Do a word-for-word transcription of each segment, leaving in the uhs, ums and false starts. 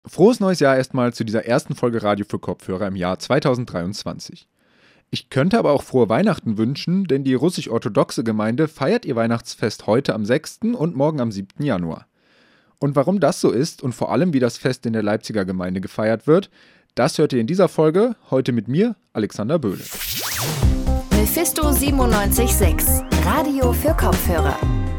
Frohes neues Jahr erstmal zu dieser ersten Folge Radio für Kopfhörer im Jahr zweitausenddreiundzwanzig. Ich könnte aber auch frohe Weihnachten wünschen, denn die russisch-orthodoxe Gemeinde feiert ihr Weihnachtsfest heute am sechsten und morgen am siebten Januar. Und warum das so ist und vor allem wie das Fest in der Leipziger Gemeinde gefeiert wird, das hört ihr in dieser Folge, heute mit mir, Alexander Böhle. Mephisto siebenundneunzig Komma sechs, Radio für Kopfhörer.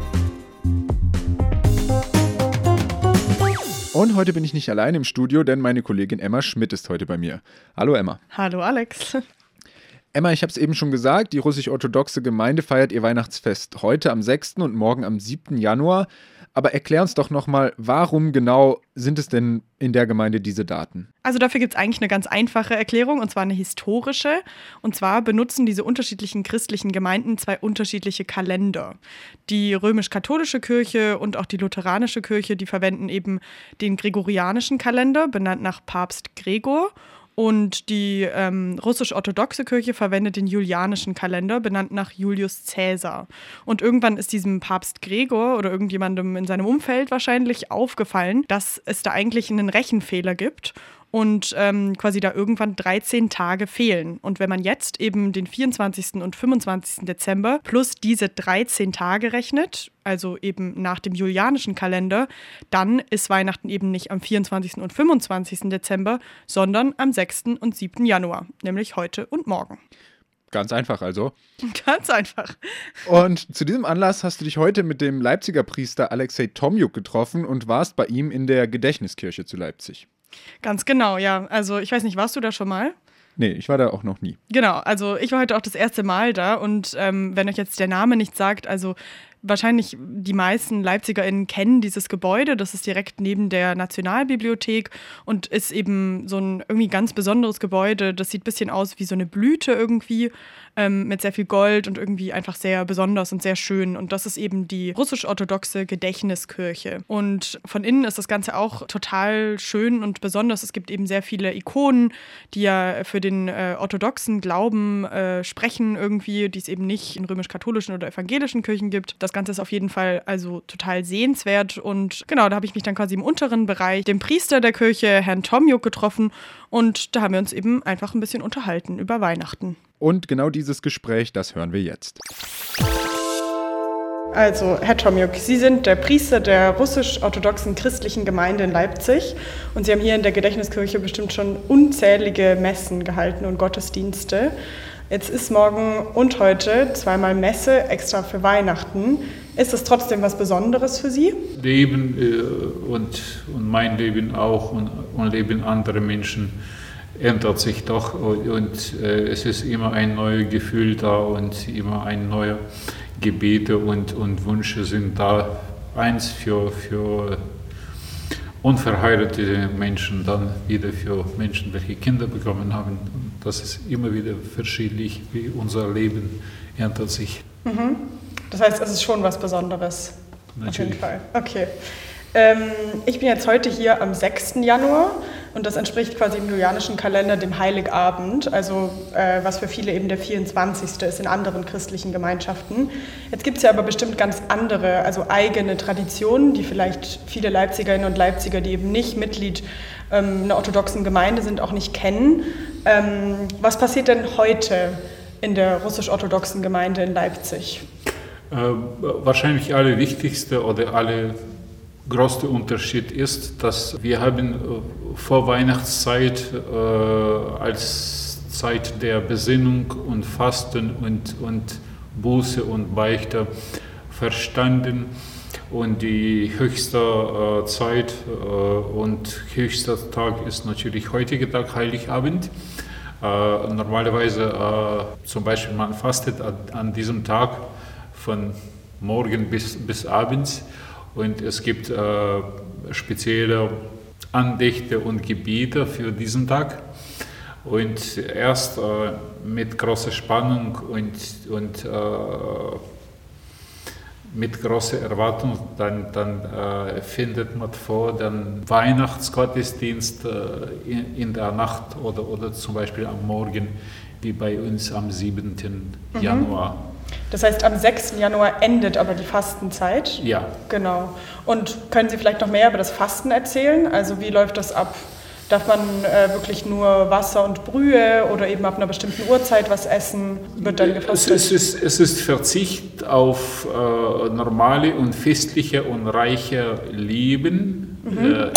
Und heute bin ich nicht allein im Studio, denn meine Kollegin Emma Schmidt ist heute bei mir. Hallo Emma. Hallo Alex. Emma, ich habe es eben schon gesagt, die russisch-orthodoxe Gemeinde feiert ihr Weihnachtsfest heute am sechsten und morgen am siebten Januar. Aber erklär uns doch nochmal, warum genau sind es denn in der Gemeinde diese Daten? Also dafür gibt es eigentlich eine ganz einfache Erklärung, und zwar eine historische. Und zwar benutzen diese unterschiedlichen christlichen Gemeinden zwei unterschiedliche Kalender. Die römisch-katholische Kirche und auch die lutheranische Kirche, die verwenden eben den gregorianischen Kalender, benannt nach Papst Gregor. Und die ähm, russisch-orthodoxe Kirche verwendet den julianischen Kalender, benannt nach Julius Caesar. Und irgendwann ist diesem Papst Gregor oder irgendjemandem in seinem Umfeld wahrscheinlich aufgefallen, dass es da eigentlich einen Rechenfehler gibt und ähm, quasi da irgendwann dreizehn Tage fehlen. Und wenn man jetzt eben den vierundzwanzigsten und fünfundzwanzigsten Dezember plus diese dreizehn Tage rechnet, also eben nach dem julianischen Kalender, dann ist Weihnachten eben nicht am vierundzwanzigsten und fünfundzwanzigsten Dezember, sondern am sechsten und siebten Januar, nämlich heute und morgen. Ganz einfach also. Ganz einfach. Und zu diesem Anlass hast du dich heute mit dem Leipziger Priester Alexei Tomjuk getroffen und warst bei ihm in der Gedächtniskirche zu Leipzig. Ganz genau, ja. Also ich weiß nicht, warst du da schon mal? Nee, ich war da auch noch nie. Genau, also ich war heute auch das erste Mal da und ähm, wenn euch jetzt der Name nichts sagt, also wahrscheinlich die meisten LeipzigerInnen kennen dieses Gebäude. Das ist direkt neben der Nationalbibliothek und ist eben so ein irgendwie ganz besonderes Gebäude. Das sieht ein bisschen aus wie so eine Blüte irgendwie ähm, mit sehr viel Gold und irgendwie einfach sehr besonders und sehr schön. Und das ist eben die russisch-orthodoxe Gedächtniskirche. Und von innen ist das Ganze auch total schön und besonders. Es gibt eben sehr viele Ikonen, die ja für den äh, orthodoxen Glauben äh, sprechen irgendwie, die es eben nicht in römisch-katholischen oder evangelischen Kirchen gibt. Das Das Ganze ist auf jeden Fall also total sehenswert und genau, da habe ich mich dann quasi im unteren Bereich dem Priester der Kirche, Herrn Tomjuk, getroffen und da haben wir uns eben einfach ein bisschen unterhalten über Weihnachten. Und genau dieses Gespräch, das hören wir jetzt. Also, Herr Tomjuk, Sie sind der Priester der russisch-orthodoxen christlichen Gemeinde in Leipzig und Sie haben hier in der Gedächtniskirche bestimmt schon unzählige Messen gehalten und Gottesdienste. Jetzt ist morgen und heute zweimal Messe, extra für Weihnachten. Ist das trotzdem was Besonderes für Sie? Leben äh, und, und mein Leben auch und, und Leben anderer Menschen ändert sich doch und, und äh, es ist immer ein neues Gefühl da und immer ein neuer Gebete und, und Wünsche sind da. Eins für, für unverheiratete Menschen, dann wieder für Menschen, welche Kinder bekommen haben. Das ist immer wieder verschiedentlich, wie unser Leben ändert sich. Mhm. Das heißt, es ist schon was Besonderes. Natürlich. Auf jeden Fall. Okay. Ähm, ich bin jetzt heute hier am sechsten Januar und das entspricht quasi im julianischen Kalender dem Heiligabend, also äh, was für viele eben der vierundzwanzigste ist in anderen christlichen Gemeinschaften. Jetzt gibt es ja aber bestimmt ganz andere, also eigene Traditionen, die vielleicht viele Leipzigerinnen und Leipziger, die eben nicht Mitglied ähm, einer orthodoxen Gemeinde sind, auch nicht kennen. Ähm, was passiert denn heute in der russisch-orthodoxen Gemeinde in Leipzig? Äh, wahrscheinlich alle wichtigste oder alle größte Unterschied ist, dass wir haben vor Weihnachtszeit äh, als Zeit der Besinnung und Fasten und, und Buße und Beichte verstanden und die höchste äh, Zeit äh, und höchster Tag ist natürlich heutiger Tag, Heiligabend. Äh, normalerweise äh, zum Beispiel man fastet an, an diesem Tag von morgen bis, bis abends. Und es gibt äh, spezielle Andächte und Gebete für diesen Tag. Und erst äh, mit großer Spannung und, und äh, mit großer Erwartung, dann, dann äh, findet man vor, den Weihnachtsgottesdienst äh, in, in der Nacht oder, oder zum Beispiel am Morgen, wie bei uns am siebten Januar. Das heißt, am sechsten Januar endet aber die Fastenzeit? Ja. Genau. Und können Sie vielleicht noch mehr über das Fasten erzählen? Also wie läuft das ab? Darf man äh, wirklich nur Wasser und Brühe oder eben ab einer bestimmten Uhrzeit was essen? Wird dann gefastet? Es ist, es ist Verzicht auf äh, normale und festliche und reiche Leben. Mhm. Äh,